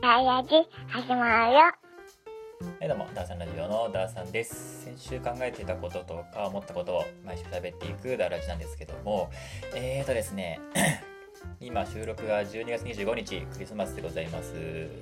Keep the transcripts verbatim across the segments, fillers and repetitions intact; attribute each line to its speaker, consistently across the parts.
Speaker 1: ダイラジ始まるよ。
Speaker 2: はいどうも、ダーさんラジオのダーさんです。先週考えていたこととか思ったことを毎週喋っていくダーラジなんですけども、えーとですね今収録がじゅうにがつにじゅうごにち、クリスマスでございます。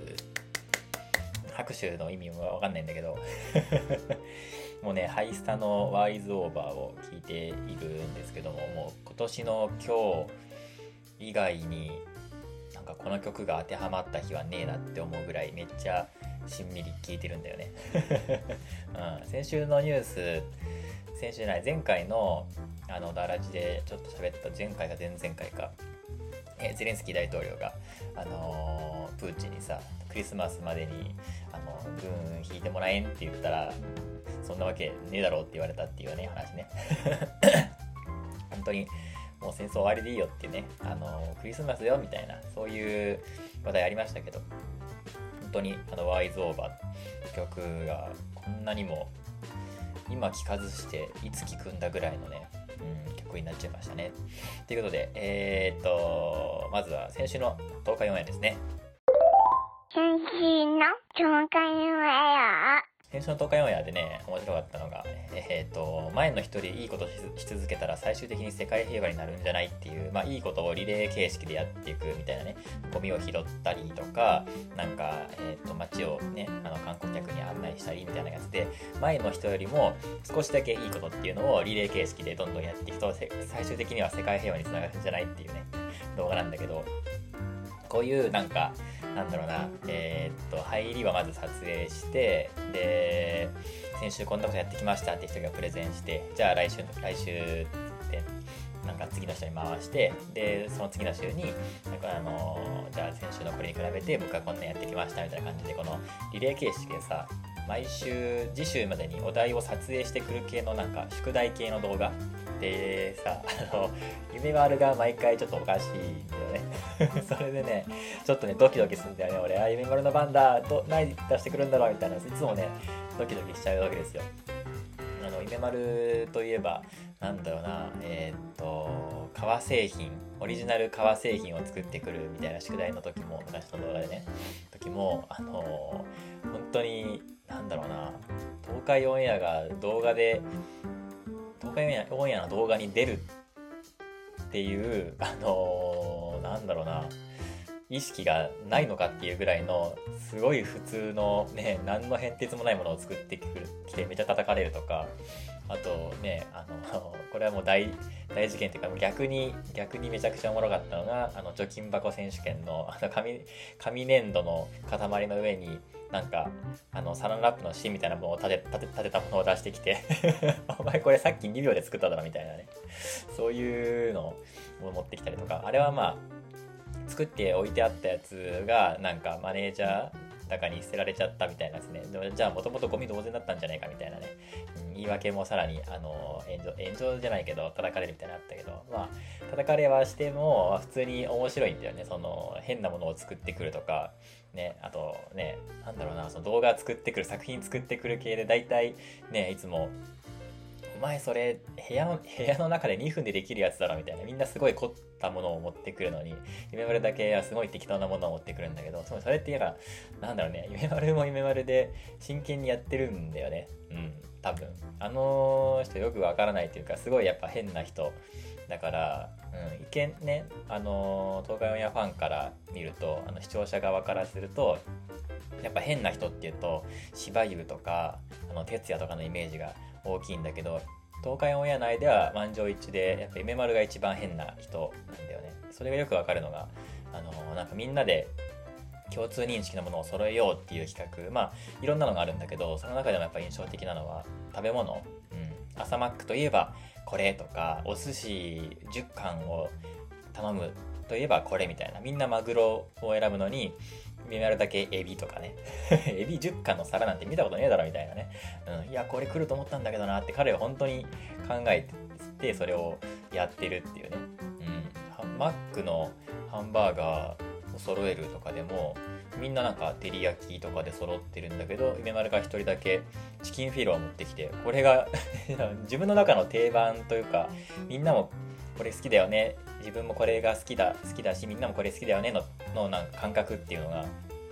Speaker 2: 拍手の意味はわかんないんだけどもうね、ハイスタのワイズオーバーを聞いているんですけども、もう今年の今日以外になんかこの曲が当てはまった日はねえなって思うぐらいめっちゃしんみり聞いてるんだよね、うん、先週のニュース先週じゃない前回のあのダラジでちょっと喋った前回か前々回かえゼレンスキー大統領が、あのー、プーチンにさクリスマスまでにあの軍引いてもらえんって言ったらそんなわけねえだろうって言われたっていうね話ね本当にもう戦争終わりでいいよっていうね、あのー、クリスマスよみたいなそういう話題ありましたけど、本当にあのワイズオーバー曲がこんなにも今聴かずしていつ聴くんだぐらいのね、うん、曲になっちゃいましたね。ということで、えー、っとまずは先週のとおかよんえんですね。
Speaker 1: 先週の紹介は
Speaker 2: 先週のとおかよんえんでね、面白かったのが、えー、っと前の一人いいこと し, し続けたら最終的に世界平和になるんじゃないっていう、まあいいことをリレー形式でやっていくみたいなね、ゴミを拾ったりとか、なんか、えー、っと街をね、あの観光客に案内したりみたいなやつで、前の人よりも少しだけいいことっていうのをリレー形式でどんどんやっていくと、最終的には世界平和につながるんじゃないっていうね、動画なんだけど、こういうなんかなんだろうな、えー、っと入りはまず撮影して、で先週こんなことやってきましたって人がプレゼンして、じゃあ来週来週でなんか次の人に回して、でその次の週になんかあのじゃあ先週のこれに比べて僕はこんなやってきましたみたいな感じで、このリレー形式でさ、毎週次週までにお題を撮影してくる系のなんか宿題系の動画でさ、あの夢があるが毎回ちょっとおかしいんだよねそれでねちょっとねドキドキするんだよね。俺あ夢丸の番だど何出してくるんだろうみたいな、いつもねドキドキしちゃうわけですよ。あの夢丸といえばなんだろうな、えー、っと革製品オリジナル革製品を作ってくるみたいな宿題の時も、昔の動画でね時もあのー、本当になんだろうな、東海オンエアが動画で東海オンエアの動画に出るっていうあのー、なんだろうな意識がないのかっていうぐらいのすごい普通のね、何の変哲もないものを作ってきてめっちゃ叩かれるとか、あとね、あのこれはもう 大, 大事件っていうか逆に逆にめちゃくちゃおもろかったのが、あの貯金箱選手権のあの 紙, 紙粘土の塊の上になんかあのサランラップの芯みたいなものを立て立て立てたものを出してきてお前これさっきにびょうで作っただろみたいなね、そういうのを持ってきたりとか、あれはまあ作って置いてあったやつがなんかマネージャーだかに捨てられちゃったみたいなですね。でもじゃあもともとゴミ同然だったんじゃないかみたいなね、うん、言い訳もさらにあの炎上炎上じゃないけど叩かれるみたいなのあったけど、まあ叩かれはしても普通に面白いんだよね。その変なものを作ってくるとかね、あとね、なんだろうな、その動画作ってくる作品作ってくる系でだいたいね、いつもお前それ部屋の部屋の中でにふんでできるやつだろみたいな、みんなすごい凝ったものを持ってくるのに夢丸だけはすごい適当なものを持ってくるんだけど、それってやらなんだろうね、夢丸も夢丸で真剣にやってるんだよね。うん多分あの人よくわからないというか、すごいやっぱ変な人だから、うん、一見ね、あの東海オンエアファンから見ると、あの視聴者側からするとやっぱ変な人っていうと芝優とかあの哲也とかのイメージが大きいんだけど、東海オンエア内では満場一致でやっぱ夢丸が一番変な人なんだよね。それがよくわかるのが、あのなんかみんなで共通認識のものを揃えようっていう企画、まあいろんなのがあるんだけど、その中でもやっぱ印象的なのは食べ物、うん、朝マックといえばこれとか、お寿司じゅっかんを頼むといえばこれみたいな、みんなマグロを選ぶのに夢丸だけエビとかねエビじゅっかんの皿なんて見たことねえだろみたいなね、うん、いやこれ来ると思ったんだけどなって彼は本当に考えてそれをやってるっていうね、うん、マックのハンバーガーを揃えるとかでもみんななんか照り焼きとかで揃ってるんだけど、夢丸が一人だけチキンフィレを持ってきて、これが自分の中の定番というか、みんなもこれ好きだよね、自分もこれが好きだ好きだしみんなもこれ好きだよねののなんか感覚っていうのが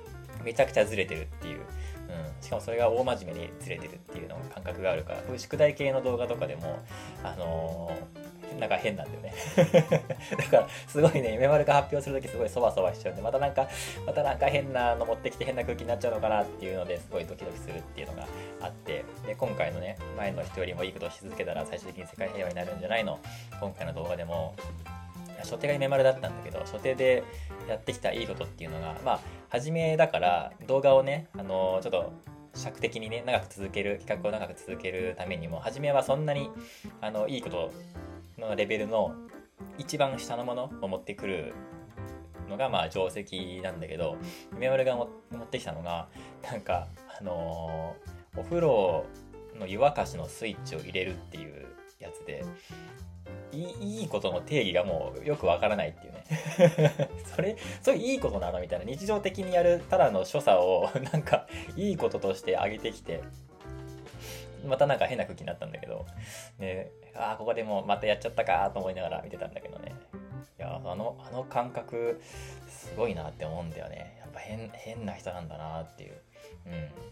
Speaker 2: めちゃくちゃずれてるっていう、うん、しかもそれが大真面目にずれてるっていうの感覚があるから、こういう宿題系の動画とかでもあのー、なんか変なんだよねだからすごいね、夢丸が発表するときすごいそわそわしちゃうんで、またなんかまたなんか変なの持ってきて変な空気になっちゃうのかなっていうのですごいドキドキするっていうのがあって、で今回のね、前の人よりもいいことをし続けたら最終的に世界平和になるんじゃないの、今回の動画でも初手が夢丸だったんだけど、初手でやってきたいいことっていうのが、まあ初めだから動画をね、あのー、ちょっと尺的にね長く続ける、企画を長く続けるためにも、初めはそんなにあのいいことのレベルの一番下のものを持ってくるのがまあ定石なんだけど、夢丸が持ってきたのがなんかあのー、お風呂の湯沸かしのスイッチを入れるっていうやつで、いい、いいことの定義がもうよくわからないっていうねそれそれいいことなのみたいな、日常的にやるただの所作をなんかいいこととして挙げてきて、またなんか変な空気になったんだけど、ね、ああここでもまたやっちゃったかと思いながら見てたんだけどね、いやあのあの感覚すごいなって思うんだよね。やっぱ変変な人なんだなっていう。うん、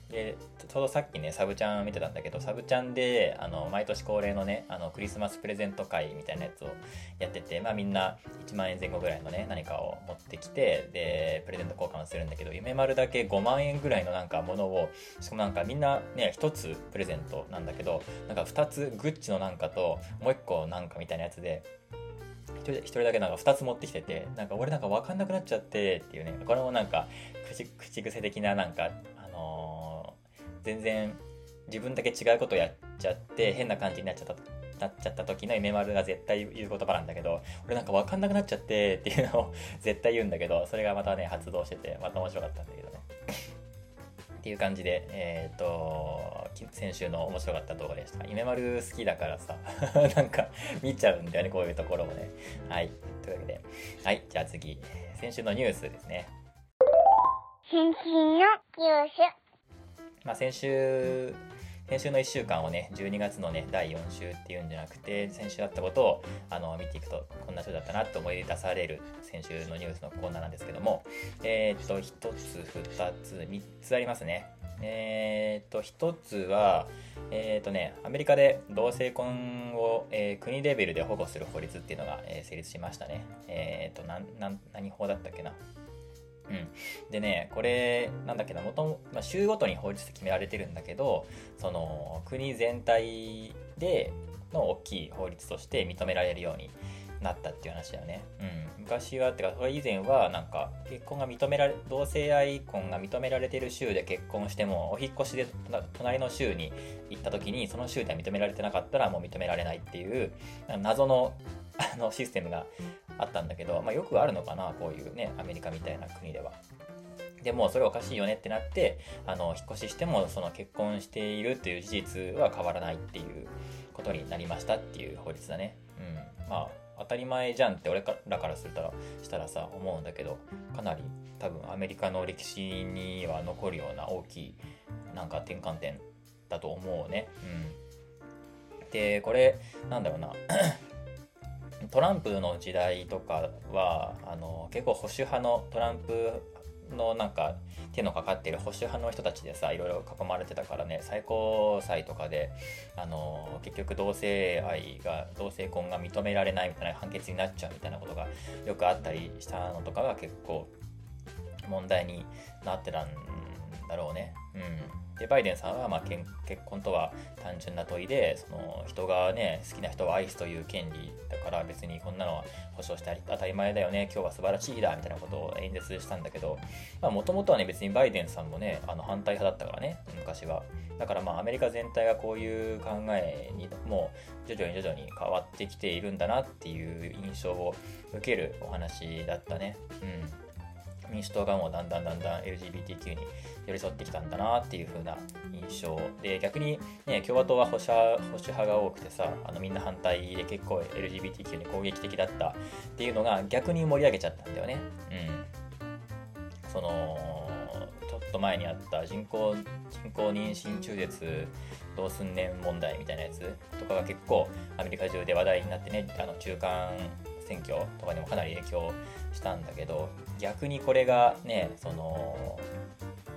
Speaker 2: でちょうどさっきねサブちゃん見てたんだけど、サブちゃんであの毎年恒例のねあのクリスマスプレゼント会みたいなやつをやってて、まあみんないちまんえんぜん後ぐらいのね何かを持ってきて、でプレゼント交換をするんだけど、夢丸だけごまんえんぐらいのなんかものを、しかもなんかみんなねひとつプレゼントなんだけど、なんかふたつグッチのなんかともういっこなんかみたいなやつで、一人, 一人だけなんかふたつ持ってきてて、なんか俺なんか分かんなくなっちゃってっていうね、これもなんか 口, 口癖的ななんか、あのー、全然自分だけ違うことやっちゃって変な感じになっちゃったなっちゃった時の夢丸が絶対言う言葉なんだけど、俺なんか分かんなくなっちゃってっていうのを絶対言うんだけど、それがまたね発動しててまた面白かったんだけどねっていう感じで、えっ、ー、と先週の面白かった動画でした。夢丸好きだからさなんか見ちゃうんだよね、こういうところもね。はい、というわけで、はい、じゃあ次、先週のニュースですね。
Speaker 1: 先週のニュース。
Speaker 2: まあ先週先週のいっしゅうかんをね、じゅうにがつのねだいよん週っていうんじゃなくて、先週あったことをあの見ていくとこんな週だったなと思い出される先週のニュースのコーナーなんですけども、えー、っとひとつふたつみっつありますね。えー、っとひとつはえー、っとねアメリカで同性婚を、えー、国レベルで保護する法律っていうのが、えー、成立しましたね。えー、っとなんなん何法だったっけな。うん、でねこれなんだっけな、もとも、まあ、州ごとに法律で決められてるんだけど、その国全体での大きい法律として認められるようになったっていう話だよね。うん、昔はってかそれ以前はなんか結婚が認められ同性愛婚が認められてる州で結婚しても、お引っ越しで隣の州に行った時にその州では認められてなかったらもう認められないっていう謎のあのシステムがあったんだけど、まあ、よくあるのかな、こういうねアメリカみたいな国では。でもそれおかしいよねってなって、あの引っ越ししてもその結婚しているっていう事実は変わらないっていうことになりましたっていう法律だね。うん、まあ当たり前じゃんって俺らからするとしたらさ思うんだけど、かなり多分アメリカの歴史には残るような大きいなんか転換点だと思うね。うん、でこれなんだろうなトランプの時代とかはあの結構保守派のトランプのなんか手のかかっている保守派の人たちでさいろいろ囲まれてたからね、最高裁とかであの結局同性愛が同性婚が認められないみたいな判決になっちゃうみたいなことがよくあったりしたのとかが結構問題になってたんだろうね。うん、でバイデンさんはまあ結婚とは単純な問いで、その人がね好きな人を愛すという権利だから別にこんなのは保障して当たり前だよね、今日は素晴らしい日だみたいなことを演説したんだけど、もともとはね別にバイデンさんもねあの反対派だったからね昔は。だからまあアメリカ全体がこういう考えにもう徐々に徐々に変わってきているんだなっていう印象を受けるお話だったね。うん、民主党がもうだんだんだんだん エルジービーティーキュー に寄り添ってきたんだなっていう風な印象で、逆にね共和党は保守派、保守派が多くてさ、あのみんな反対で結構 エルジービーティーキュー に攻撃的だったっていうのが逆に盛り上げちゃったんだよね。うん、そのちょっと前にあった人工人工妊娠中絶どうすんねん問題みたいなやつとかが結構アメリカ中で話題になってね、あの中間選挙とかにもかなり影響したんだけど、逆にこれがねその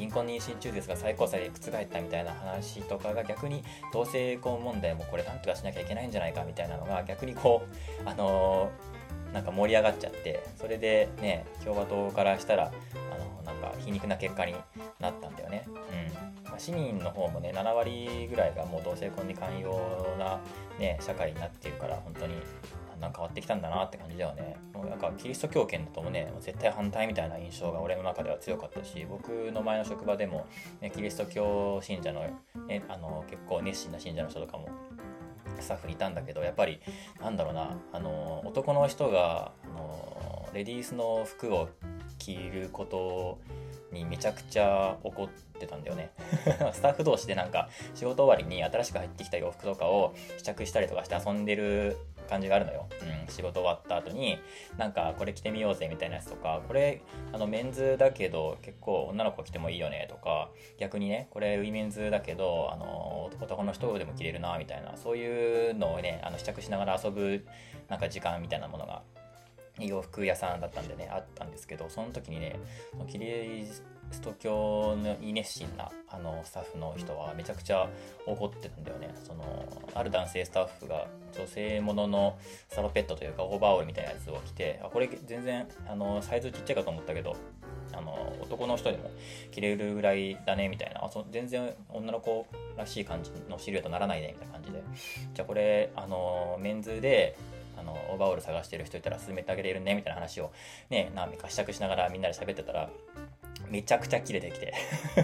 Speaker 2: 貧困妊娠中絶が最高裁で覆ったみたいな話とかが逆に同性婚問題もこれなんとかしなきゃいけないんじゃないかみたいなのが逆にこうあのー、なんか盛り上がっちゃって、それでね共和党からしたらあのなんか皮肉な結果になったんだよね。うんまあ、市民の方もねななわりぐらいがもう同性婚に寛容な、ね、社会になっているから本当にだんだん変わってきたんだなって感じだよね。もうなんかキリスト教圏だともね絶対反対みたいな印象が俺の中では強かったし、僕の前の職場でも、ね、キリスト教信者の、ね、あの結構熱心な信者の人とかもスタッフにいたんだけど、やっぱりなんだろうな、あの男の人があのレディースの服を着ることにめちゃくちゃ怒ってたんだよねスタッフ同士でなんか仕事終わりに新しく入ってきた洋服とかを試着したりとかして遊んでる感じがあるのよ、うん、仕事終わった後になんかこれ着てみようぜみたいなやつとか、これあのメンズだけど結構女の子着てもいいよねとか、逆にねこれウィメンズだけどあの男の人でも着れるなみたいな、そういうのをねあの試着しながら遊ぶなんか時間みたいなものが洋服屋さんだったんでねあったんですけど、その時にねキリスト教に熱心なあのスタッフの人はめちゃくちゃ怒ってたんだよね。そのある男性スタッフが女性もののサロペットというかオーバーオールみたいなやつを着て、あこれ全然あのサイズちっちゃいかと思ったけどあの男の人でも着れるぐらいだねみたいな、あそ全然女の子らしい感じのシルエットならないねみたいな感じで、じゃあこれあのメンズであのオーバーオール探してる人いたら勧めてあげれるねみたいな話をね何名か試着しながらみんなで喋ってたらめちゃくちゃキレてきて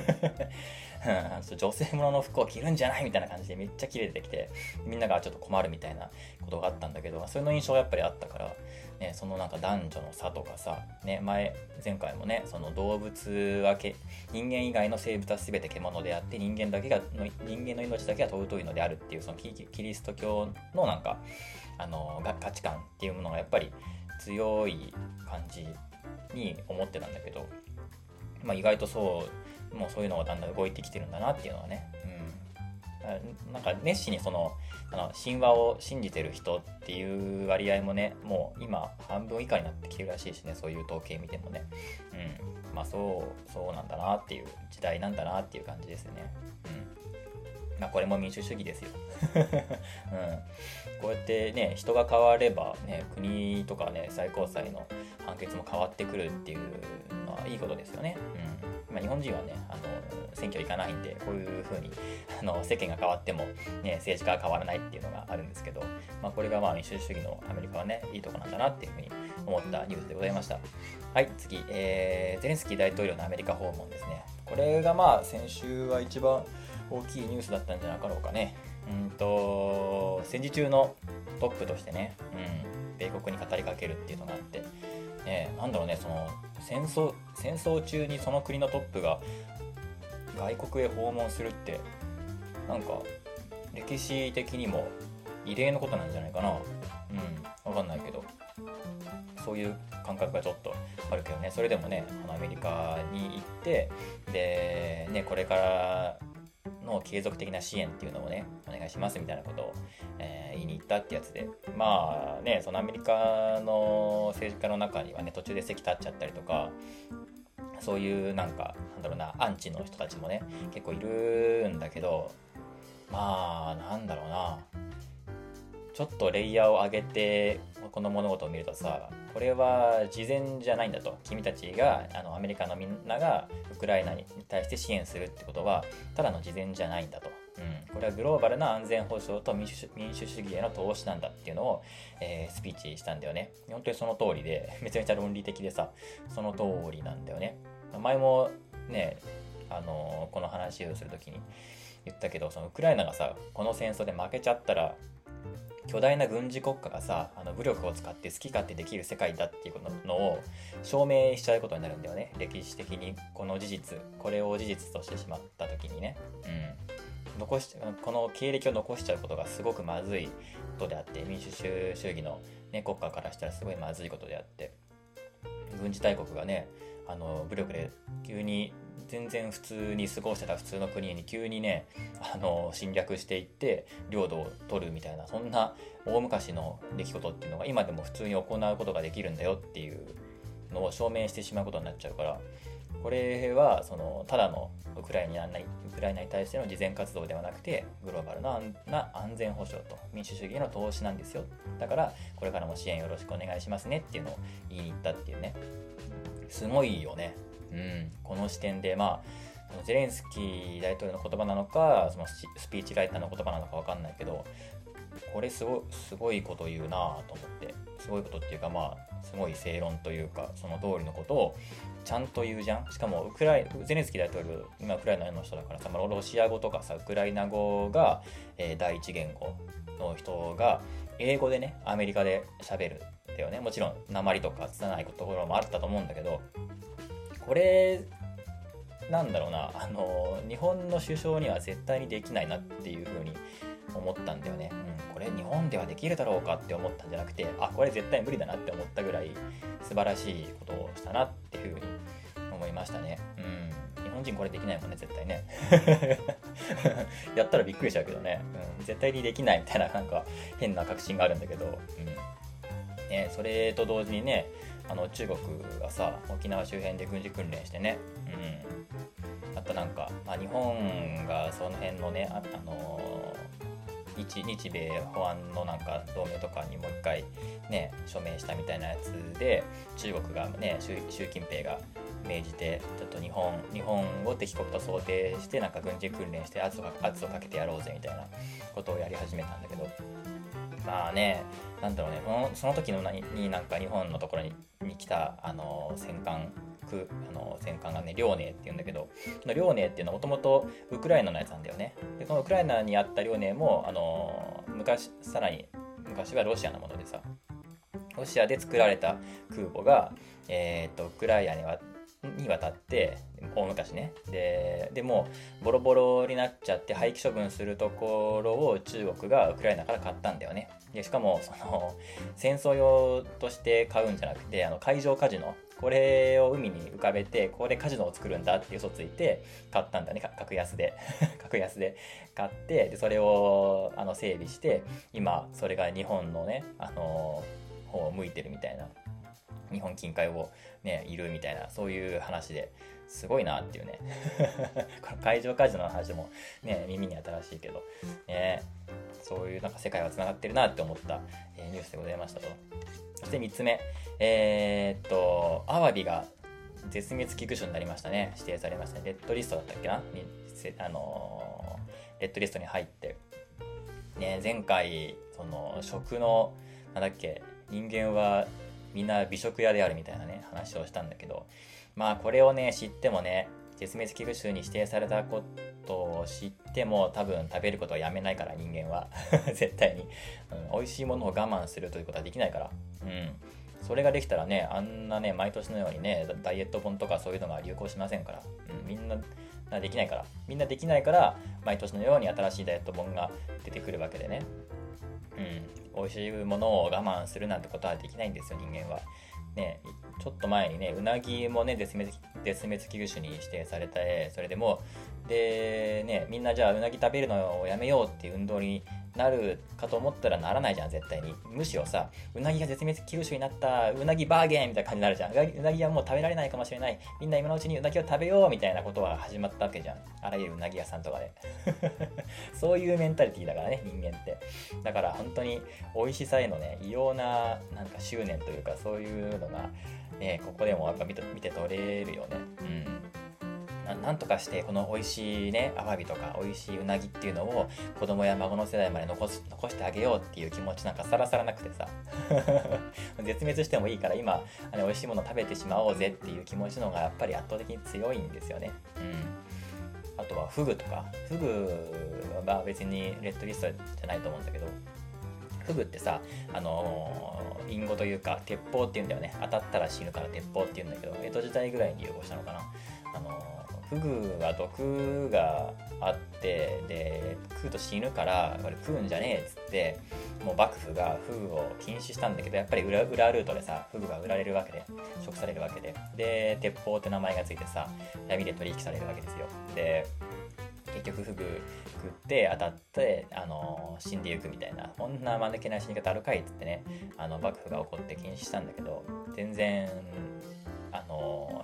Speaker 2: 女性ものの服を着るんじゃないみたいな感じでめっちゃキレてきて、みんながちょっと困るみたいなことがあったんだけど、それの印象がやっぱりあったから、ね、そのなんか男女の差とかさ、ね、前前回もねその動物はけ人間以外の生物は全て獣であって人間だけが人間の命だけが尊いのであるっていうそのキリスト教のなんかあの価値観っていうものがやっぱり強い感じに思ってたんだけど、まあ、意外とそうもうそういうのがだんだん動いてきてるんだなっていうのはね、うん、なんか熱心にそのあの神話を信じてる人っていう割合もねもう今半分以下になってきてるらしいしね、そういう統計見てもね、うん、まあそうそうなんだなっていう時代なんだなっていう感じですよね。うん、まあこれも民主主義ですよ、うん、こうやってね人が変わればね国とかね最高裁の判決も変わってくるっていうのはいいことですよね。うん、まあ、日本人はねあの選挙行かないんでこういう風にあの世間が変わっても、ね、政治家は変わらないっていうのがあるんですけど、まあ、これがまあ民主主義のアメリカはねいいとこなんだなっていう風に思ったニュースでございました。はい、次、えー、ゼレンスキー大統領のアメリカ訪問ですね。これがまあ先週は一番大きいニュースだったんじゃなかろうかね。うんと戦時中のトップとしてね、うん、米国に語りかけるっていうのがあって、ね、なんだろうねその戦争戦争中にその国のトップが外国へ訪問するってなんか歴史的にも異例のことなんじゃないかな。うん、わかんないけどそういう感覚がちょっとあるけどね。それでもねあのアメリカに行ってでねこれからの継続的な支援っていうのをねお願いしますみたいなことを、えー、言いに行ったってやつで、まあねそのアメリカの政治家の中にはね途中で席立っちゃったりとかそういうなんかなんだろうなアンチの人たちもね結構いるんだけど、まあなんだろうなちょっとレイヤーを上げてこの物事を見るとさ、これは事前じゃないんだと。君たちがあのアメリカのみんながウクライナに対して支援するってことはただの事前じゃないんだと、うん、これはグローバルな安全保障と民主、民主主義への投資なんだっていうのを、えー、スピーチしたんだよね。本当にその通りでめちゃめちゃ論理的でさその通りなんだよね。前もねあのー、この話をするときに言ったけど、そのウクライナがさこの戦争で負けちゃったら巨大な軍事国家がさあの武力を使って好き勝手できる世界だっていうのを証明しちゃうことになるんだよね。歴史的にこの事実これを事実としてしまった時にね、うん、残しこの経歴を残しちゃうことがすごくまずいことであって、民主主義の、ね、国家からしたらすごいまずいことであって、軍事大国がねあの武力で急に全然普通に過ごしてた普通の国に急にねあの侵略していって領土を取るみたいな、そんな大昔の出来事っていうのが今でも普通に行うことができるんだよっていうのを証明してしまうことになっちゃうから、 これはそのただのウクライナにウクライナに対しての慈善活動ではなくて、グローバルな安全保障と民主主義への投資なんですよ。だからこれからも支援よろしくお願いしますねっていうのを言いに行ったっていうね。すごいよね。うん、この視点で、まあゼレンスキー大統領の言葉なのか、そのスピーチライターの言葉なのか分かんないけど、これすごすごいこと言うなと思って、すごいことっていうか、まあすごい正論というか、その通りのことをちゃんと言うじゃん。しかもウクライゼレンスキー大統領、今ウクライナの人だからさ、ロシア語とかさ、ウクライナ語が、えー、第一言語の人が英語でね、アメリカで喋るんだよね。もちろん訛りとかつたないところもあったと思うんだけど、これなんだろうな、あの日本の首相には絶対にできないなっていう風に思ったんだよね。うん、これ日本ではできるだろうかって思ったんじゃなくて、あ、これ絶対無理だなって思ったぐらい素晴らしいことをしたなっていう風に思いましたね。うん、日本人これできないもんね、絶対ね。やったらびっくりしちゃうけどね、うん、絶対にできないみたいな、なんか変な確信があるんだけど、うんね、それと同時にね、あの中国がさ、沖縄周辺で軍事訓練してね、うん、あとなんか、まあ、日本がその辺のね、あ、あのー、日, 日米保安のなんか同盟とかにもう一回ね署名したみたいなやつで、中国がね、習, 習近平が命じて、ちょっと日本日本を敵国と想定してなんか軍事訓練して圧を圧をかけてやろうぜみたいなことをやり始めたんだけど、まあね、なんだろうね、その、その時のにになんか日本のところにに来たあの戦艦くあの戦艦がね、遼寧っていうんだけど、この遼寧っていうのはもともとウクライナのやつなんだよね。でこのウクライナにあった遼寧もあの昔さらに昔はロシアのものでさ、ロシアで作られた空母が、えー、とウクライナにはに渡って大昔ね、ででもボロボロになっちゃって廃棄処分するところを中国がウクライナから買ったんだよね。でしかもその戦争用として買うんじゃなくて、あの海上カジノ、これを海に浮かべてこれカジノを作るんだっていう嘘ついて買ったんだね。格安で格安で買って、でそれをあの整備して、今それが日本のね、あの方を向いてるみたいな、日本近海をねいるみたいな、そういう話ですごいなっていうね。この海上カジノの話もね耳に新しいけどね、そういうなんか世界はつながってるなって思った、えー、ニュースでございましたと。そしてみっつめ、えー、っとアワビが絶滅危惧種になりましたね。指定されましたね。レッドリストだったっけな、あのー、レッドリストに入ってね、前回その食のなんだっけ、人間はみんな美食屋であるみたいなね話をしたんだけど、まあこれをね知ってもね、絶滅危惧種に指定されたことを知っても多分食べることはやめないから、人間は絶対に、うん、美味しいものを我慢するということはできないから、うん、それができたらね、あんなね毎年のようにねダイエット本とかそういうのが流行しませんから、うん、みんなできないからみんなできないから毎年のように新しいダイエット本が出てくるわけでね、うん、美味しいものを我慢するなんてことはできないんですよ、人間は。ね、ちょっと前にね、うなぎもね絶滅、絶滅危惧種に指定されて、それでもでね、みんなじゃあうなぎ食べるのをやめようっていう運動になるかと思ったらならないじゃん、絶対に。むしろさ、うなぎが絶滅危惧種になった、うなぎバーゲンみたいな感じになるじゃん。うなぎはもう食べられないかもしれない、みんな今のうちにうなぎを食べようみたいなことは始まったわけじゃん、あらゆるうなぎ屋さんとかでそういうメンタリティだからね、人間って。だから本当に美味しさへのね異様ななんか執念というか、そういうのがねここでもやっぱ見て、見て取れるよね。うんな, なんとかしてこの美味しいねアワビとか美味しいうなぎっていうのを子供や孫の世代まで残す残してあげようっていう気持ちなんかさらさらなくてさ絶滅してもいいから今あの美味しいもの食べてしまおうぜっていう気持ちの方がやっぱり圧倒的に強いんですよね。うん、あとはフグとか、フグは別にレッドリストじゃないと思うんだけど、フグってさ、あのー、隠語というか鉄砲っていうんだよね。当たったら死ぬから鉄砲っていうんだけど、江戸時代ぐらいに流行したのかな。あのーフグは毒があってで食うと死ぬからこれ食うんじゃねえっつって、もう幕府がフグを禁止したんだけど、やっぱり 裏, 裏ルートでさフグが売られるわけで食されるわけで、で鉄砲って名前がついてさ闇で取引されるわけですよ。で結局フグ食って当たって、あのー、死んでいくみたいな、こんな間抜けな死に方あるかいっつってね、あの幕府が怒って禁止したんだけど、全然あの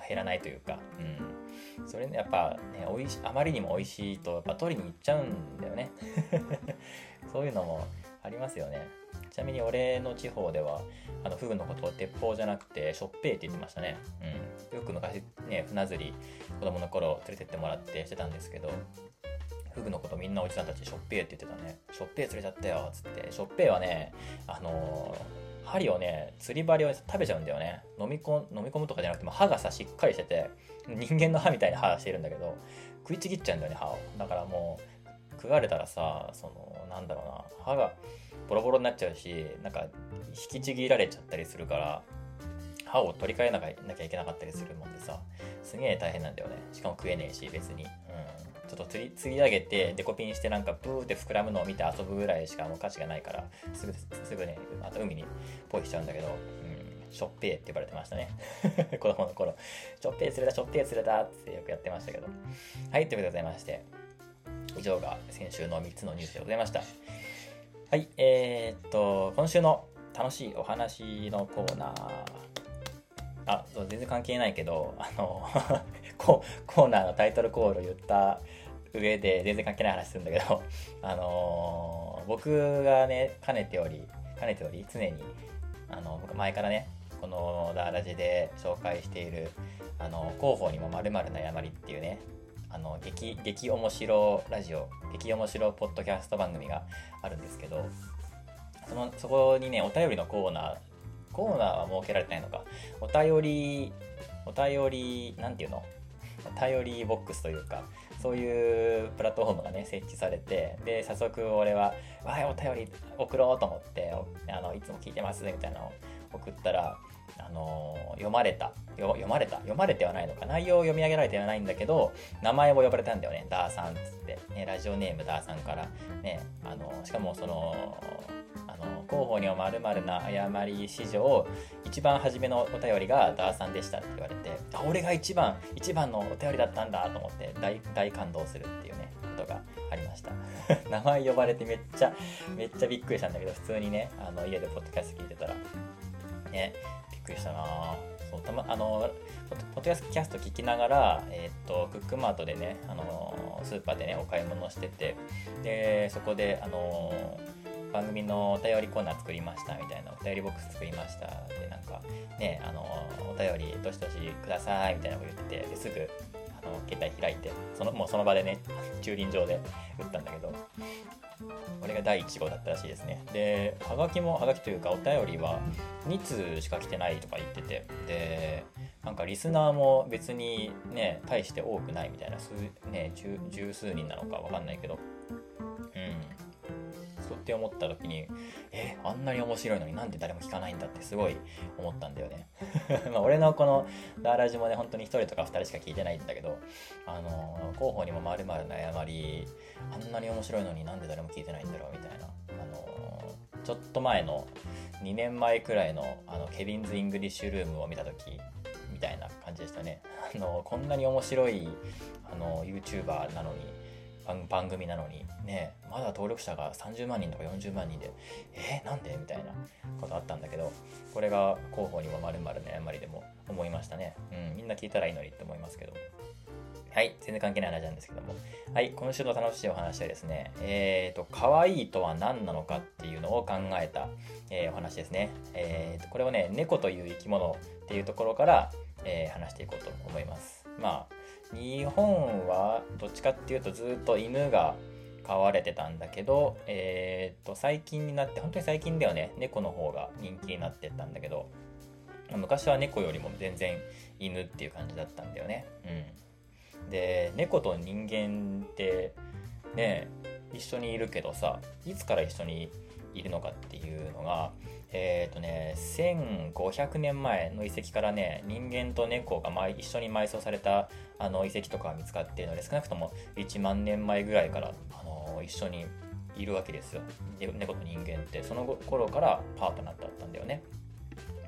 Speaker 2: 減らないというか、うん、それねやっぱねおいしあまりにも美味しいとやっぱ取りに行っちゃうんだよねそういうのもありますよね。ちなみに俺の地方ではあのフグのことを鉄砲じゃなくてしょっぺーって言ってましたね。うん、よく昔ね船釣り子供の頃連れてってもらってしてたんですけど、フグのことみんなおじさんたちしょっぺーって言ってたね。しょっぺー釣れちゃったよっつって。しょっぺーはねあのー、針をね釣り針を食べちゃうんだよね。飲み込飲み込むとかじゃなくても歯がさしっかりしてて人間の歯みたいな歯してるんだけど食いちぎっちゃうんだよね歯を。だからもう食われたらさそのなんだろうな歯がボロボロになっちゃうしなんか引きちぎられちゃったりするから歯を取り替えなきゃいけなかったりするもんでさすげえ大変なんだよね。しかも食えねえし別に、うん、ちょっと釣り釣り上げてデコピンしてなんかブーって膨らむのを見て遊ぶぐらいしかもう価値がないからすぐすぐねまた海にポイしちゃうんだけど、うん、しょっぺーって呼ばれてましたね子供の頃しょっぺー釣れたしょっぺー釣れたってよくやってましたけど。はいということでございまして以上が先週のみっつのニュースでございました。はい、えー、っと今週の楽しいお話のコーナー、あ、そう全然関係ないけどあのコーナーのタイトルコールを言った上で全然関係ない話するんだけどあのー、僕がねかねておりかねており常にあの僕前からねこのダーラジで紹介しているあの広報にも〇〇な誤りっていうねあの激激面白ラジオ激面白ポッドキャスト番組があるんですけど、そのそこにねお便りのコーナーコーナーは設けられてないのか、お便りお便りなんていうのお便りボックスというかそういうプラットフォームがね設置されて、で早速俺はわーお便り送ろうと思ってあのいつも聞いてますみたいなのを送ったらあのー、読まれた読まれた読まれてはないのか、内容を読み上げられてはないんだけど名前を呼ばれたんだよね。ダーさんっつって、ね、ラジオネームダーさんからね、あのー、しかもそのあのー、広報には〇〇な誤り史上一番初めのお便りがダーさんでしたって言われて、あ俺が一番一番のお便りだったんだと思って大大感動するっていうねことがありました名前呼ばれてめっちゃめっちゃびっくりしたんだけど、普通にねあの家でポッドキャスト聞いてたらねびっくりしたな。そうたまあのポッドキャスト聞きながら、えー、っとクックマートでねあのスーパーでねお買い物してて、でそこであの番組のお便りコーナー作りましたみたいな、お便りボックス作りましたでなんかねあのお便りどしどしくださいみたいなこと言ってて、ですぐあの携帯開いてそのもうその場でね駐輪場で打ったんだけど、これがだいいち号だったらしいですね。ではがきもはがきというかお便りはに通しか来てないとか言ってて、でなんかリスナーも別にね大して多くないみたいな、数ね十, 十数人なのかわかんないけど、うんそうって思った時にえあんなに面白いのになんで誰も聞かないんだってすごい思ったんだよねまあ俺のこのダーラジもね本当にひとりとかふたりしか聞いてないんだけど、あの広報にも〇〇な誤りあんなに面白いのになんで誰も聞いてないんだろうみたいな、あのちょっと前のにねんまえくらいのあのケビンズ・イングリッシュルームを見た時みたいな感じでしたね。あのこんなに面白いあの YouTuber なのに番組なのにねまだ登録者がさんじゅうまんにんとかよんじゅうまんにんでえー、なんでみたいなことあったんだけど、これが広報にも〇〇の誤りでも思いましたね。うんみんな聞いたらいいのにって思いますけど、はい全然関係ない話なんですけども、はい今週の楽しいお話はですねえーと可愛いとは何なのかっていうのを考えた、えー、お話ですね。えーとこれをね猫という生き物っていうところから、えー、話していこうと思います。まあ日本はどっちかっていうとずっと犬が飼われてたんだけど、えー、と最近になって本当に最近ではね猫の方が人気になってったんだけど、昔は猫よりも全然犬っていう感じだったんだよね。うん、で猫と人間ってね一緒にいるけどさいつから一緒にいるのかっていうのがえーとね、せんごひゃくねんまえの遺跡からね人間と猫が一緒に埋葬されたあの遺跡とかが見つかっているので、少なくともいちまんねんまえぐらいから、あのー、一緒にいるわけですよ。猫と人間ってその頃からパートナーだったんだよね。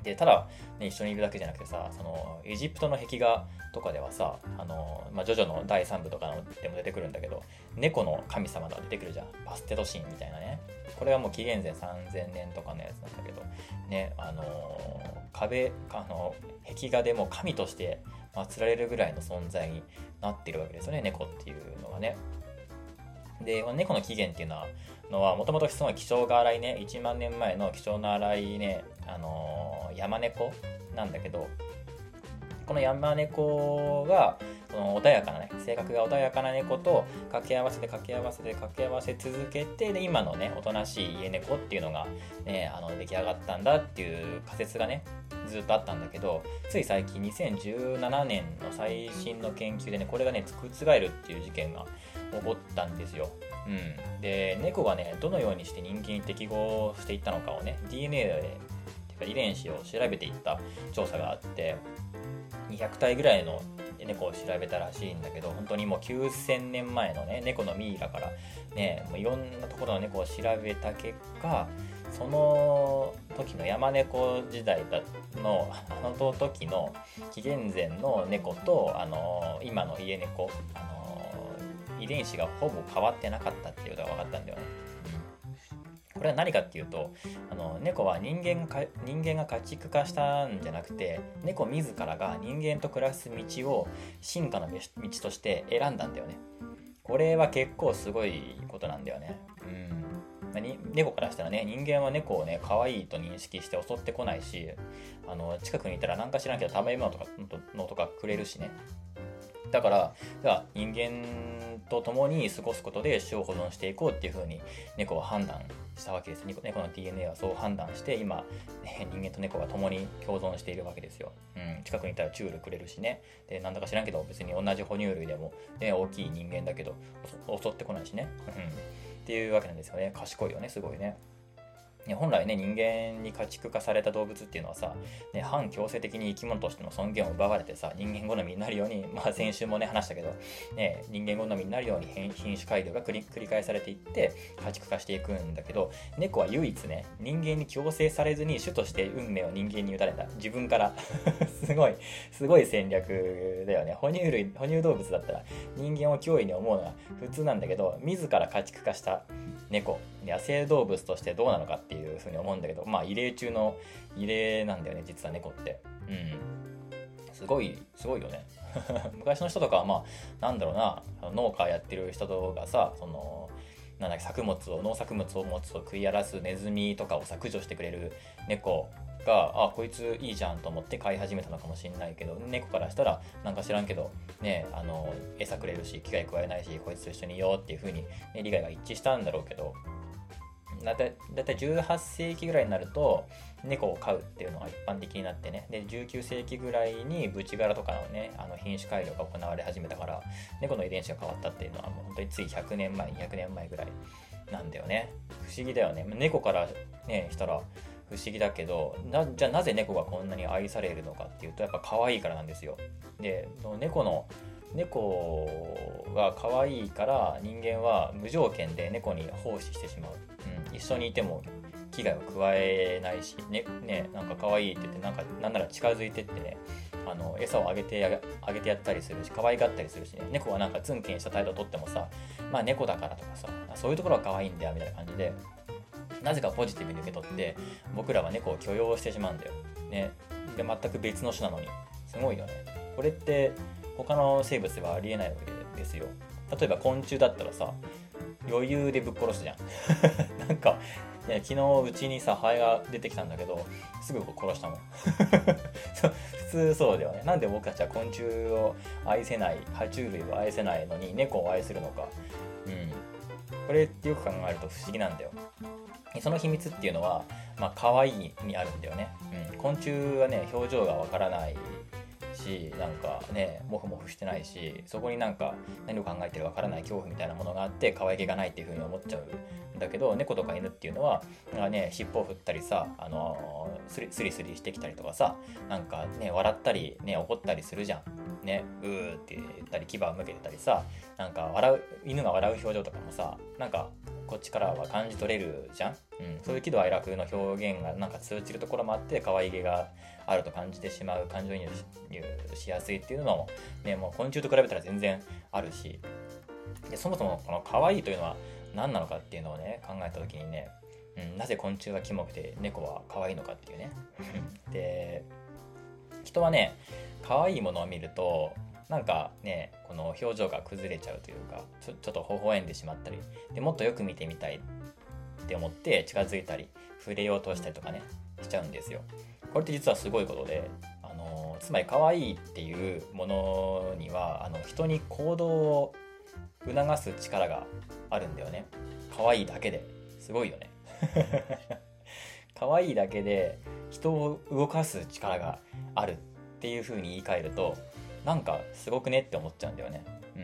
Speaker 2: でただ、ね、一緒にいるだけじゃなくてさ、そのエジプトの壁画とかではさ、あの、まあ、ジョジョのだいさんぶとかのでも出てくるんだけど、猫の神様が出てくるじゃん。バステト神みたいなね。これはもう紀元前さんぜんねんとかのやつなんだけどね、あの壁あの壁画でも神として祀られるぐらいの存在になってるわけですよね、猫っていうのがね。で、猫の起源っていうのはのはもともとすごい気性が荒いね、いちまんねんまえの気性の荒いね、あのー、山猫なんだけど、この山猫がその穏やかなね、性格が穏やかな猫と掛け合わせて掛け合わせて掛け合わせ続けて、で今のねおとなしい家猫っていうのが、ね、あの出来上がったんだっていう仮説がねずっとあったんだけど、つい最近にせんじゅうななねんの最新の研究でね、これがね覆るっていう事件が起こったんですよ。うん、で猫がねどのようにして人間に適合していったのかをね ディーエヌエー でてか遺伝子を調べていった調査があって、にひゃくたいぐらいの猫を調べたらしいんだけど、本当にもうきゅうせんねんまえのね猫のミイラからね、もういろんなところの猫を調べた結果、その時の山猫時代のあの時の紀元前の猫とあの今の家猫、あの遺伝子がほぼ変わってなかったっていうことが分かったんだよね。これは何かっていうと、あの猫は人間が人間が家畜化したんじゃなくて、猫自らが人間と暮らす道を進化の道として選んだんだよね。これは結構すごいことなんだよね。うん、に猫からしたらね、人間は猫をね可愛いと認識して襲ってこないし、あの近くにいたら何か知らんけど食べ物とかのとかくれるしね。だからでは人間と共に過ごすことで種を保存していこうっていう風に猫は判断したわけです。猫の ディーエヌエー はそう判断して今、ね、人間と猫が共に共存しているわけですよ。うん、近くにいたらチュールくれるしね。で、なんだか知らんけど別に同じ哺乳類でも、ね、大きい人間だけど襲ってこないしね、うん、っていうわけなんですよね。賢いよね、すごいね。本来ね、人間に家畜化された動物っていうのはさ、ね、反強制的に生き物としての尊厳を奪われてさ、人間好みになるように、まあ先週もね話したけど、ね、人間好みになるように品種改良が繰り繰り返されていって家畜化していくんだけど、猫は唯一ね、人間に強制されずに種として運命を人間に委ねた、自分からすごいすごい戦略だよね。哺乳類哺乳動物だったら人間を脅威に思うのが普通なんだけど、自ら家畜化した猫、野生動物としてどうなのかっていうふうに思うんだけど、まあ異例中の異例なんだよね、実は猫って。うん、すごいすごいよね。昔の人とかはまあなんだろうな、農家やってる人とかさ、そのなんだっけ、作物を農作物を持つと食い荒らすネズミとかを削除してくれる猫が、あ、こいついいじゃんと思って飼い始めたのかもしれないけど、猫からしたらなんか知らんけどね、あの餌くれるし危害加えないし、こいつと一緒にいようっていう風に、ね、利害が一致したんだろうけど、だいたいだいたいじゅうはっせいきぐらいになると猫を飼うっていうのが一般的になってね、でじゅうきゅうせいきぐらいにブチガラとかのね、あの品種改良が行われ始めたから、猫の遺伝子が変わったっていうのはもう本当についひゃくねんまえにひゃくねんまえぐらいなんだよね。不思議だよね。猫からねしたら不思議だけど、なじゃあなぜ猫がこんなに愛されるのかっていうと、やっぱ可愛いからなんですよ。で、猫の猫が可愛いから人間は無条件で猫に奉仕してしまう。うん、一緒にいても危害を加えないし、ね、ね、なんか可愛いって言って、なんかなんなら近づいてってね、あの餌をあげてやあげてやったりするし、可愛がったりするしね。猫がなんかツンケンした態度をとってもさ、まあ猫だからとかさ、そういうところは可愛いんだよみたいな感じで、なぜかポジティブに受け取って僕らは猫を許容してしまうんだよね。で、全く別の種なのにすごいよね。これって他の生物ではありえないわけですよ。例えば昆虫だったらさ、余裕でぶっ殺すじゃん。なんか、ね、昨日うちにさハエが出てきたんだけど、すぐ殺したもん。普通そうだよね。なんで僕たちは昆虫を愛せない、爬虫類を愛せないのに猫を愛するのか。うん、これってよく考えると不思議なんだよ。その秘密っていうのは、まあ可愛いにあるんだよね。うん、昆虫はね、表情がわからないし、なんかね、モフモフしてないし、そこになんか何を考えてるわからない恐怖みたいなものがあって可愛げがないっていう風に思っちゃうんだけど、猫とか犬っていうのはなんかね、尻尾を振ったりさ、あのー、スリスリスリしてきたりとかさ、なんかね、笑ったりね、怒ったりするじゃんね、うーって言ったり牙を向けてたりさ、なんか笑う犬が笑う表情とかもさ、なんかこっちからは感じ取れるじゃん、うん、そういう喜怒哀楽の表現がなんか通じるところもあって可愛げがあると感じてしまう、感情移入 し, しやすいっていうのもね、もう昆虫と比べたら全然あるし、でそもそもこの可愛いというのは何なのかっていうのをね考えた時にね、うん、なぜ昆虫はキモくて猫は可愛いのかっていうねで、人はね可愛いものを見るとなんかねこの表情が崩れちゃうというか、ちょ, ちょっと微笑んでしまったりで、もっとよく見てみたいって思って近づいたり触れようとしたりとかねしちゃうんですよ。これって実はすごいことで、あのつまり可愛いっていうものにはあの人に行動を促す力があるんだよね。可愛いだけですごいよね可愛いだけで人を動かす力があるっていう風に言い換えるとなんかすごくねって思っちゃうんだよね。うん。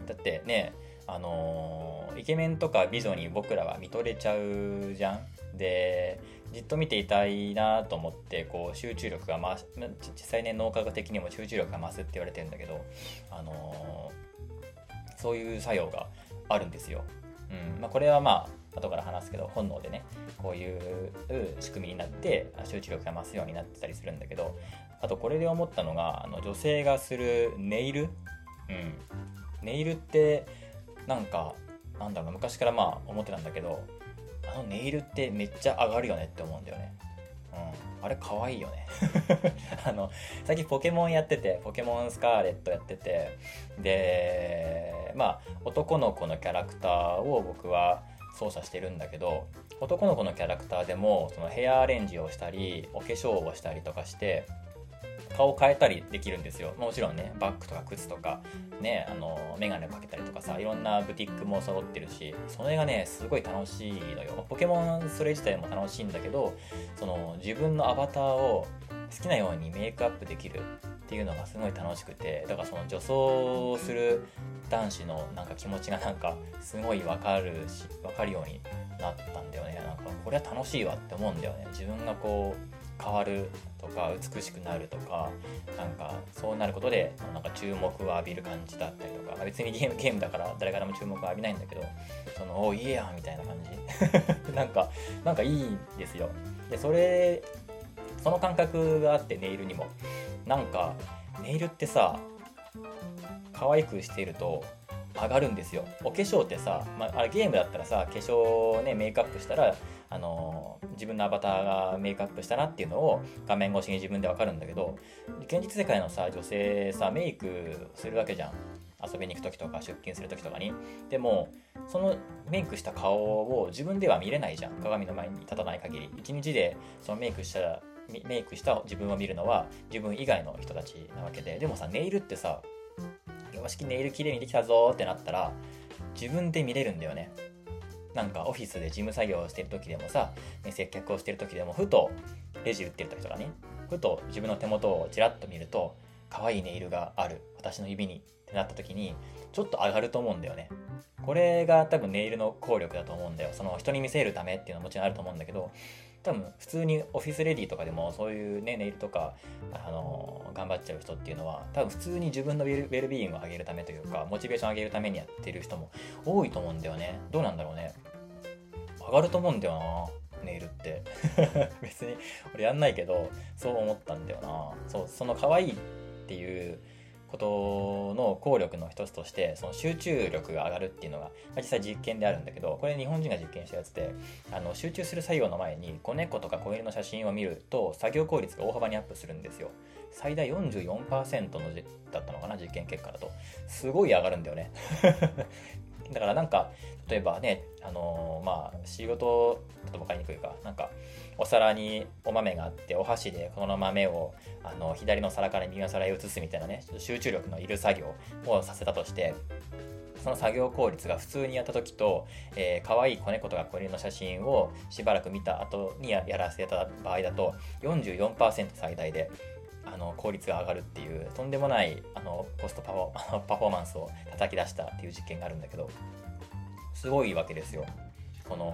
Speaker 2: だってね、あのー、イケメンとか美女に僕らは見とれちゃうじゃん。で、じっと見ていたいなと思ってこう集中力が増す、実際ね脳科学的にも集中力が増すって言われてるんだけど、あのー、そういう作用があるんですよ。うん。まあ、これはまあ後から話すけど本能でねこういう仕組みになって集中力が増すようになってたりするんだけど、あとこれで思ったのがあの女性がするネイル、うん、ネイルってなんかなんだろう、昔からまあ思ってたんだけど、あのネイルってめっちゃ上がるよねって思うんだよね。うん、あれ可愛いよねあの最近ポケモンやってて、ポケモンスカーレットやってて、でまあ男の子のキャラクターを僕は操作してるんだけど、男の子のキャラクターでもそのヘアアレンジをしたりお化粧をしたりとかして顔を変えたりできるんですよ。もちろんねバッグとか靴とかね、あのメガネをかけたりとかさ、いろんなブティックも揃ってるし、それがねすごい楽しいのよ。ポケモンそれ自体も楽しいんだけど、その自分のアバターを好きなようにメイクアップできるっていうのがすごい楽しくて、だからその女装する男子のなんか気持ちがなんかすごいわかるし、わかるようになったんだよね。なんかこれは楽しいわって思うんだよね。自分がこう変わるとか美しくなるとか、なんかそうなることでなんか注目を浴びる感じだったりとか、別にゲームゲームだから誰からも注目を浴びないんだけど、そのおいいやんみたいな感じなんかなんかいいんですよ。でそれその感覚があって、ネイルにもなんかネイルってさ可愛くしていると上がるんですよ。お化粧ってさ、まあ、あれゲームだったらさ化粧ねメイクアップしたらあのー、自分のアバターがメイクアップしたなっていうのを画面越しに自分でわかるんだけど、現実世界のさ女性さメイクするわけじゃん。遊びに行く時とか出勤する時とかに。でもそのメイクした顔を自分では見れないじゃん、鏡の前に立たない限り。一日でそのメイクしたメイクした自分を見るのは自分以外の人たちなわけで、でもさネイルってさ、よしネイル綺麗にできたぞってなったら自分で見れるんだよね。なんかオフィスで事務作業をしてる時でもさ、ね、接客をしてる時でもふとレジ打ってる時とかね、ふと自分の手元をちらっと見ると可愛いネイルがある私の指にってなった時にちょっと上がると思うんだよね。これが多分ネイルの効力だと思うんだよ。その人に見せるためっていうのはもちろんあると思うんだけど、多分普通にオフィスレディとかでもそういうねネイルとかあの頑張っちゃう人っていうのは多分普通に自分のウェル、ウェルビーイングを上げるためというかモチベーションを上げるためにやってる人も多いと思うんだよね。どうなんだろうね、上がると思うんだよなネイルって別に俺やんないけどそう思ったんだよな。そう、その可愛いっていうことの効力の一つとしてその集中力が上がるっていうのが実際実験であるんだけど、これ日本人が実験したやつで、あの集中する作業の前に子猫とか子犬の写真を見ると作業効率が大幅にアップするんですよ。最大 よんじゅうよんパーセント のじだったのかな、実験結果だと。すごい上がるんだよねだからなんか例えばね、あのー、まあ仕事ちょっと分かりにくいかなんかお皿にお豆があってお箸でこの豆をあの左の皿から右の皿へ移すみたいなね、集中力のいる作業をさせたとして、その作業効率が普通にやった時と、えー、可愛い子猫とか子犬の写真をしばらく見た後に や, やらせた場合だと よんじゅうよんパーセント 最大であの効率が上がるっていうとんでもないあのコストパフォ、パフォーマンスを叩き出したっていう実験があるんだけど、すごいわけですよ。この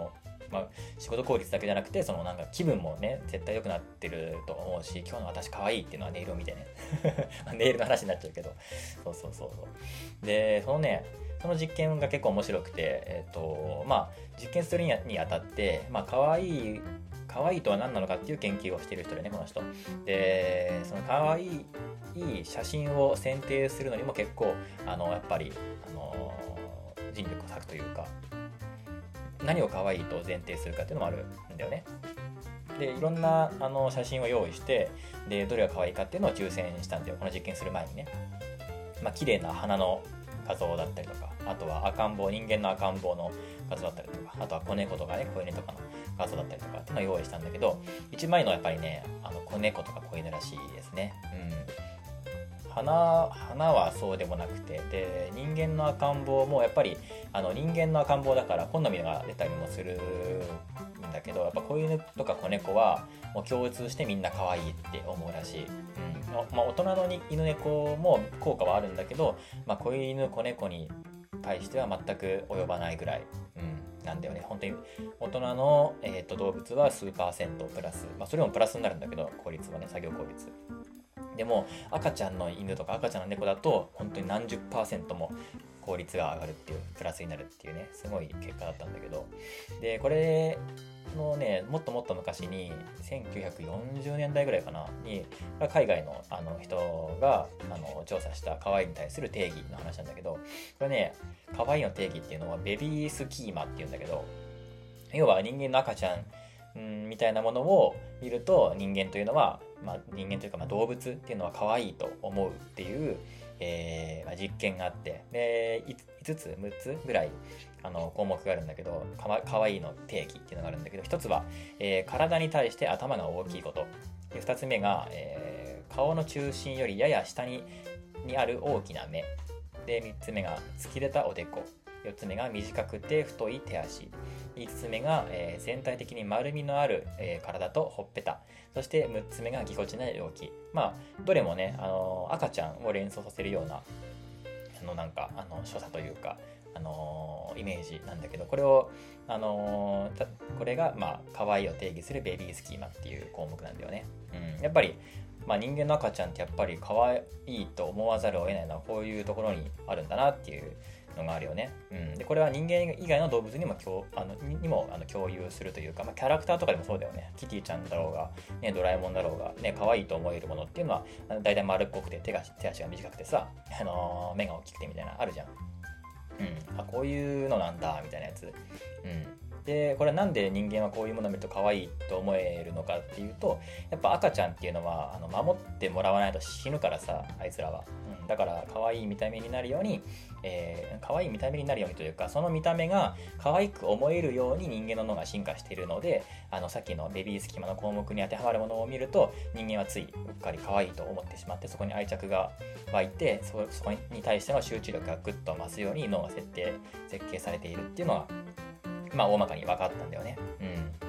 Speaker 2: まあ、仕事効率だけじゃなくてそのなんか気分もね絶対良くなってると思うし、今日の私可愛いっていうのはネイルを見てねネイルの話になっちゃうけど、そうそうそうそうで、そのねその実験が結構面白くて、えっとまあ実験するにあたって、まあ可愛い可愛いとは何なのかっていう研究をしている人でね、この人で、その可愛いいい写真を選定するのにも結構あのやっぱりあの尽力を割くというか、何を可愛いと前提するかっていうのもあるんだよね。でいろんなあの写真を用意して、でどれが可愛いかっていうのを抽選したんだよ、この実験する前にね。まあ綺麗な花の画像だったりとか、あとは赤ん坊、人間の赤ん坊の画像だったりとか、あとは子猫とかね、子犬とかの画像だったりとかっていうのを用意したんだけど、一番いいのはやっぱりね、あの子猫とか子犬らしいですね。うん。花、花はそうでもなくて、で人間の赤ん坊もやっぱりあの人間の赤ん坊だから好みが出たりもするんだけど、やっぱ子犬とか子猫はもう共通してみんな可愛いって思うらしい。うんまあ、大人の犬猫も効果はあるんだけど、まあ、子犬子猫に対しては全く及ばないぐらい、うん、なんだよね。本当に大人の、えー、と動物は数パーセントプラス、まあ、それもプラスになるんだけど、効率はね、作業効率でも赤ちゃんの犬とか赤ちゃんの猫だと本当に何十パーセントも効率が上がるっていう、プラスになるっていうね、すごい結果だったんだけど、でこれのね、もっともっと昔にせんきゅうひゃくよんじゅうねんだいぐらいかなに海外のあの人があの調査した可愛いに対する定義の話なんだけど、これね、可愛いの定義っていうのはベビースキーマっていうんだけど、要は人間の赤ちゃんんみたいなものを見ると、人間というのは、まあ、人間というかまあ動物っていうのは可愛いと思うっていう、えーまあ、実験があって、でいつつむっつぐらいあの項目があるんだけど、かわ、かわいいの定義っていうのがあるんだけど、ひとつは、えー、体に対して頭が大きいことで、ふたつめが、えー、顔の中心よりやや下ににある大きな目で、みっつめが突き出たおでこ、よっつめが短くて太い手足、いつつめが、えー、全体的に丸みのある、えー、体とほっぺた、そしてむっつめがぎこちない動き。まあどれもね、あのー、赤ちゃんを連想させるようなあのなんかあの所作というか、あのー、イメージなんだけど、これを、あのー、これがまあ可愛いを定義するベビースキーマっていう項目なんだよね。うん、やっぱりまあ、人間の赤ちゃんってやっぱり可愛いと思わざるを得ないのはこういうところにあるんだなっていうのがあるよね。うん、でこれは人間以外の動物にも共あのにもあの共有するというか、まあ、キャラクターとかでもそうだよね。キティちゃんだろうが、ね、ドラえもんだろうが、ね、可愛いと思えるものっていうのはだいたい丸っこくて手が手足が短くてさ、あのー、目が大きくてみたいなあるじゃん。うん、あこういうのなんだみたいなやつ。うんでこれはなんで人間はこういうものを見ると可愛いと思えるのかっていうと、やっぱ赤ちゃんっていうのはあの守ってもらわないと死ぬからさ、あいつらは、うん、だから可愛い見た目になるように、えー、可愛い見た目になるようにというか、その見た目が可愛く思えるように人間の脳が進化しているので、あのさっきのベビースキマの項目に当てはまるものを見ると、人間はついうっかり可愛いと思ってしまって、そこに愛着が湧いて、 そ, そこに対しての集中力がぐっと増すように脳が設定設計されているっていうのはまあ大まかに分かったんだよね。うん。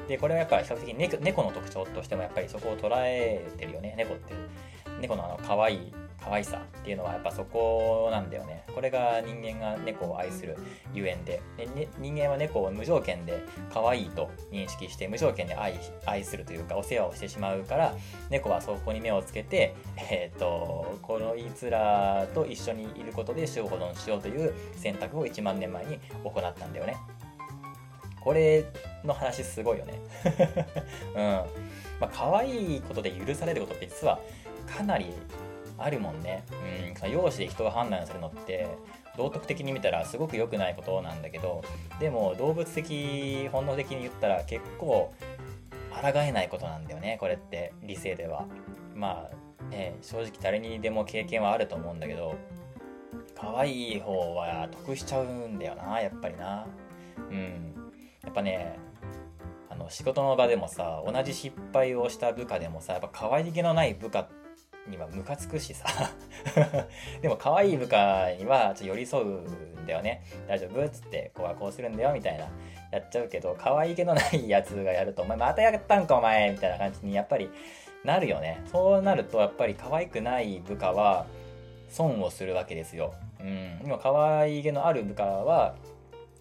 Speaker 2: で、これはやっぱり比較的 猫, 猫の特徴としてもやっぱりそこを捉えてるよね。猫って。猫のあの可愛い、可愛さっていうのはやっぱそこなんだよね。これが人間が猫を愛するゆえんで、で、ね、人間は猫を無条件で可愛いと認識して無条件で 愛, 愛するというかお世話をしてしまうから、猫はそこに目をつけて、えっと、このいつらと一緒にいることで種を保存しようという選択をいちまんねんまえに行ったんだよね。これの話すごいよね。うん。まあ、可愛いことで許されることって実はかなりあるもんね。うん。容姿で人が判断するのって道徳的に見たらすごく良くないことなんだけど、でも動物的、本能的に言ったら結構抗えないことなんだよね。これって理性では。まあね、正直誰にでも経験はあると思うんだけど、可愛い方は得しちゃうんだよな、やっぱりな。うん。やっぱね、あの仕事の場でもさ、同じ失敗をした部下でもさ、やっぱ可愛げのない部下にはムカつくしさでも可愛い部下にはちょっと寄り添うんだよね。大丈夫っつって、こうはこうするんだよみたいなやっちゃうけど、可愛げのないやつがやると、お前またやったんかお前みたいな感じにやっぱりなるよね。そうなるとやっぱり可愛くない部下は損をするわけですよ。うん。でも可愛げのある部下は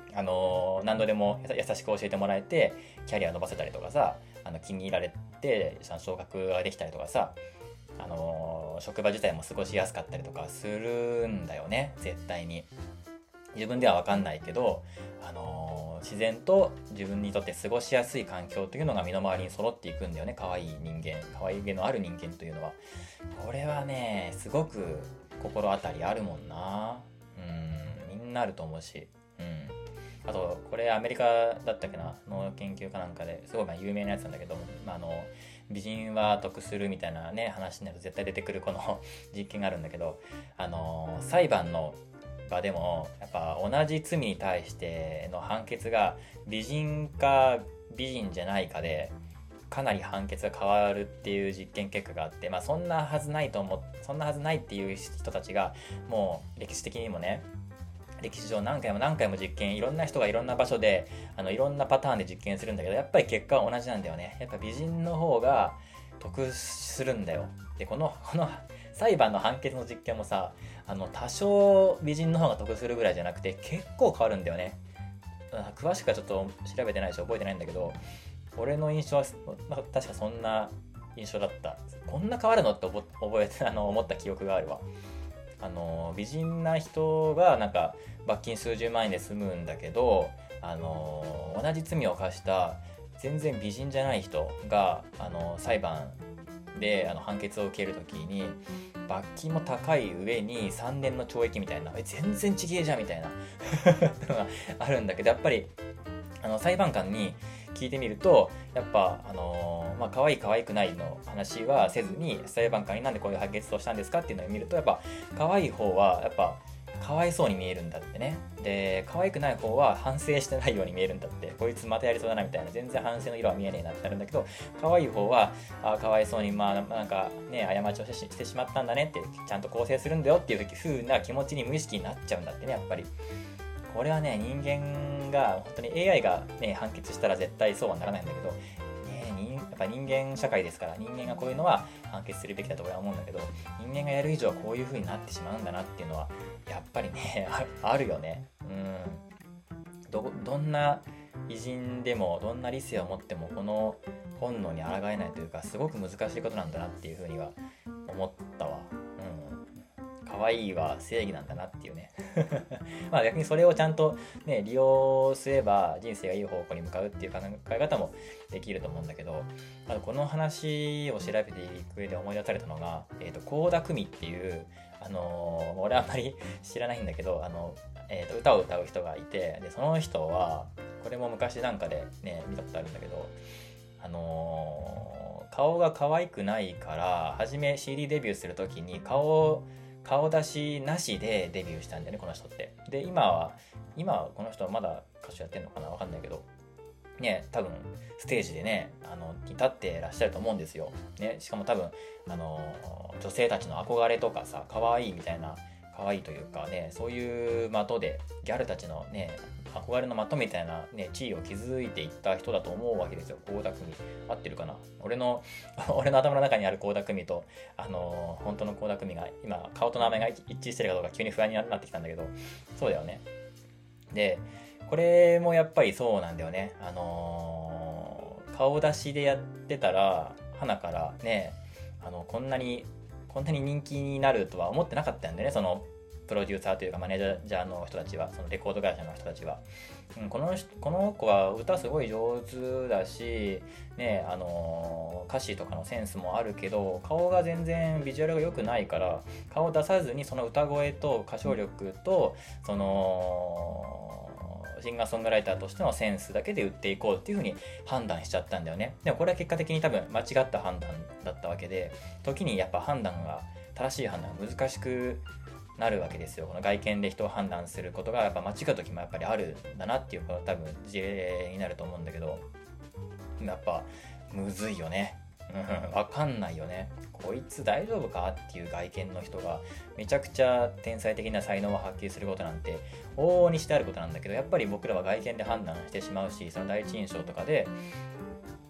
Speaker 2: あの何度でも優しく教えてもらえてキャリア伸ばせたりとかさ、あの気に入られて昇格ができたりとかさ、あの職場自体も過ごしやすかったりとかするんだよね、絶対に。自分では分かんないけど、あの自然と自分にとって過ごしやすい環境というのが身の回りに揃っていくんだよね。可愛い人間、可愛げのある人間というのは。これはねすごく心当たりあるもんな。うん、みんなあると思うし、うん。あとこれアメリカだったっけな、の研究かなんかですごいまあ有名なやつなんだけど、まあ、あの美人は得するみたいなね話になると絶対出てくるこの実験があるんだけど、あの裁判の場でもやっぱ同じ罪に対しての判決が美人か美人じゃないかでかなり判決が変わるっていう実験結果があって、まあそんなはずないと思うそんなはずないっていう人たちがもう歴史的にもね、歴史上何回も何回も実験、いろんな人がいろんな場所であのいろんなパターンで実験するんだけど、やっぱり結果は同じなんだよね。やっぱ美人の方が得するんだよ。でこのこの裁判の判決の実験もさ、あの多少美人の方が得するぐらいじゃなくて結構変わるんだよね。詳しくはちょっと調べてないし覚えてないんだけど、俺の印象は、まあ、確かそんな印象だった。こんな変わるのって覚えてあの思った記憶があるわ。あの美人な人がなんか罰金数十万円で済むんだけど、あの同じ罪を犯した全然美人じゃない人があの裁判であの判決を受けるときに罰金も高い上にさんねんの懲役みたいな、え全然ちげえじゃんみたいなのがあるんだけど、やっぱりあの裁判官に聞いてみると、やっぱあのー、まあ可愛い可愛くないの話はせずに、裁判官になんでこういう判決をしたんですかっていうのを見ると、やっぱ可愛い方はやっぱかわいそうに見えるんだってね。で可愛くない方は反省してないように見えるんだって。こいつまたやりそうだなみたいな、全然反省の色は見えねえなってなるんだけど、可愛い方はあかわいそうにまあなんかね過ちをしてしまったんだねって、ちゃんと更生するんだよっていう風な気持ちに無意識になっちゃうんだってね。やっぱりこれはね、人間が本当に エーアイ がね判決したら絶対そうはならないんだけど、ね、やっぱ人間社会ですから、人間がこういうのは判決するべきだと俺は思うんだけど、人間がやる以上はこういう風になってしまうんだなっていうのはやっぱりね あ, あるよね。うん、どどんな偉人でもどんな理性を持ってもこの本能に抗えないというか、すごく難しいことなんだなっていう風には思ったわ。可愛いは正義なんだなっていうねまあ逆にそれをちゃんとね利用すれば人生がいい方向に向かうっていう考え方もできると思うんだけど、あとこの話を調べていく上で思い出されたのが、えーと倖田來未っていう、あのー、俺あんまり知らないんだけど、あの、えーと歌を歌う人がいて、でその人はこれも昔なんかでね見たことあるんだけど、あのー、顔が可愛くないから初め シーディー デビューするときに顔顔出しなしでデビューしたんだよね、この人って。で今は今はこの人はまだ歌手やってんのかな、わかんないけどね、多分ステージでねあの立ってらっしゃると思うんですよ、ね、しかも多分あの女性たちの憧れとかさ、可愛いみたいな、可愛いというかね、そういう的でギャルたちのね憧れの的みたいな、ね、地位を築いていった人だと思うわけですよ。倖田來未合ってるかな、俺の俺の頭の中にある倖田來未とあのー、本当の倖田來未が今顔と名前が一致してるかどうか急に不安になってきたんだけど、そうだよね。でこれもやっぱりそうなんだよね。あのー、顔出しでやってたら花からね、あのこんなにこんなに人気になるとは思ってなかったんだよね、そのプロデューサーというかマネージャーの人たちは、そのレコード会社の人たちは、うん、このこの子は歌すごい上手だし、ね、あのー、歌詞とかのセンスもあるけど顔が全然ビジュアルが良くないから、顔を出さずにその歌声と歌唱力とそのシンガーソングライターとしてのセンスだけで売っていこうっていう風に判断しちゃったんだよね。でもこれは結果的に多分間違った判断だったわけで、時にやっぱ判断が正しい判断が難しくなるわけですよ。この外見で人を判断することがやっぱ間違う時もやっぱりあるんだなっていうことは多分事例になると思うんだけど、やっぱむずいよね。うん、わかんないよね。こいつ大丈夫かっていう外見の人がめちゃくちゃ天才的な才能を発揮することなんて往々にしてあることなんだけど、やっぱり僕らは外見で判断してしまうし、その第一印象とかでやっ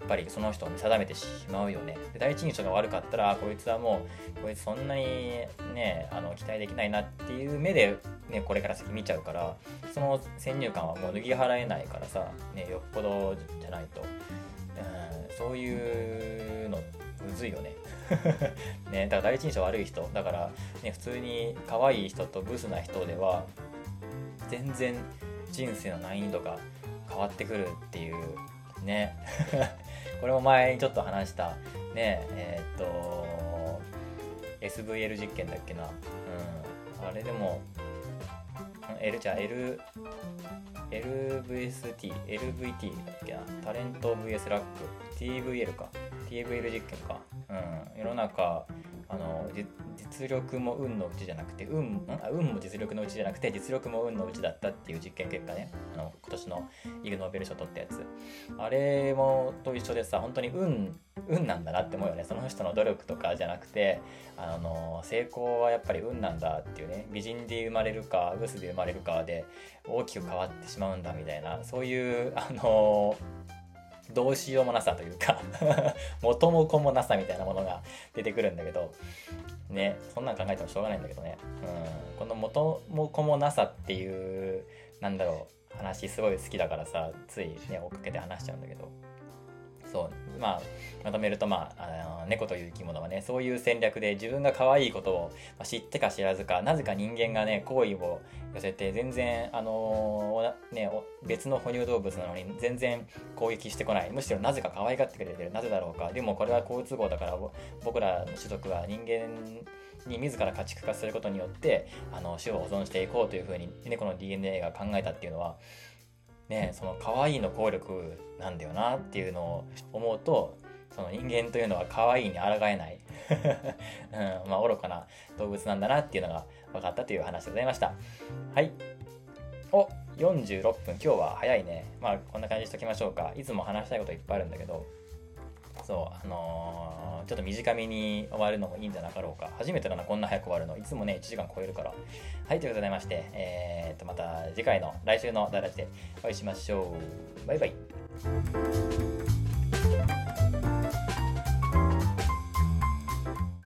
Speaker 2: っぱりその人を見定めてしまうよね。で第一印象が悪かったら、こいつはもうこいつそんなにねあの期待できないなっていう目で、ね、これから先見ちゃうから、その先入観はもう脱ぎ払えないからさ、ね、よっぽどじゃないと、うん、そういうのむずいよねね、だから第一印象悪い人だから、ね、普通に可愛い人とブスな人では全然人生の難易度が変わってくるっていうねこれも前にちょっと話したねえー、っと エスブイエル 実験だっけな、うん、あれでも L じゃあ Lエルブイエスティー、エルブイティー だっけな、タレント ブイエス ラック、ティーブイエル か、ティーブイエル 実験か、うん、世の中あの実力も運のうちじゃなくて運んあ運も実力のうちじゃなくて実力も運のうちだったっていう実験結果ね、あの今年のイグ・ノーベル賞取ったやつ、あれもと一緒でさ、本当に運運なんだなって思うよね。その人の努力とかじゃなくて、あの成功はやっぱり運なんだっていうね、美人で生まれるかブスで生まれるかで大きく変わってしまうんだみたいな、そういうあのどうしようもなさというか元も子もなさみたいなものが出てくるんだけどね、そんなん考えてもしょうがないんだけどね、うん、この元も子もなさっていうなんだろう話すごい好きだからさ、ついね追っかけて話しちゃうんだけど、そうまあまとめると、まあ、あの猫という生き物はね、そういう戦略で自分が可愛いことを知ってか知らずか、なぜか人間がね好意を寄せて全然あのー、ね別の哺乳動物なのに全然攻撃してこない、むしろなぜか可愛がってくれてる、なぜだろうか。でもこれは好都合だから、僕らの種族は人間に自ら家畜化することによってあの種を保存していこうというふうに猫の ディーエヌエー が考えたっていうのはね、その可愛いの効力なんだよなっていうのを思うと、その人間というのは可愛いに抗えない、うん、まあ愚かな動物なんだなっていうのが分かったという話でございました。はい。お、よんじゅうろっぷん、今日は早いね。まあこんな感じにしときましょうか。いつも話したいこといっぱいあるんだけど、そうあのー、ちょっと短めに終わるのもいいんじゃなかろうか。初めてだなこんな早く終わるの。いつもねいちじかん超えるから。はい、ということでございまして、えー、っとまた次回の来週のダラジでお会いしましょう。バイバイ。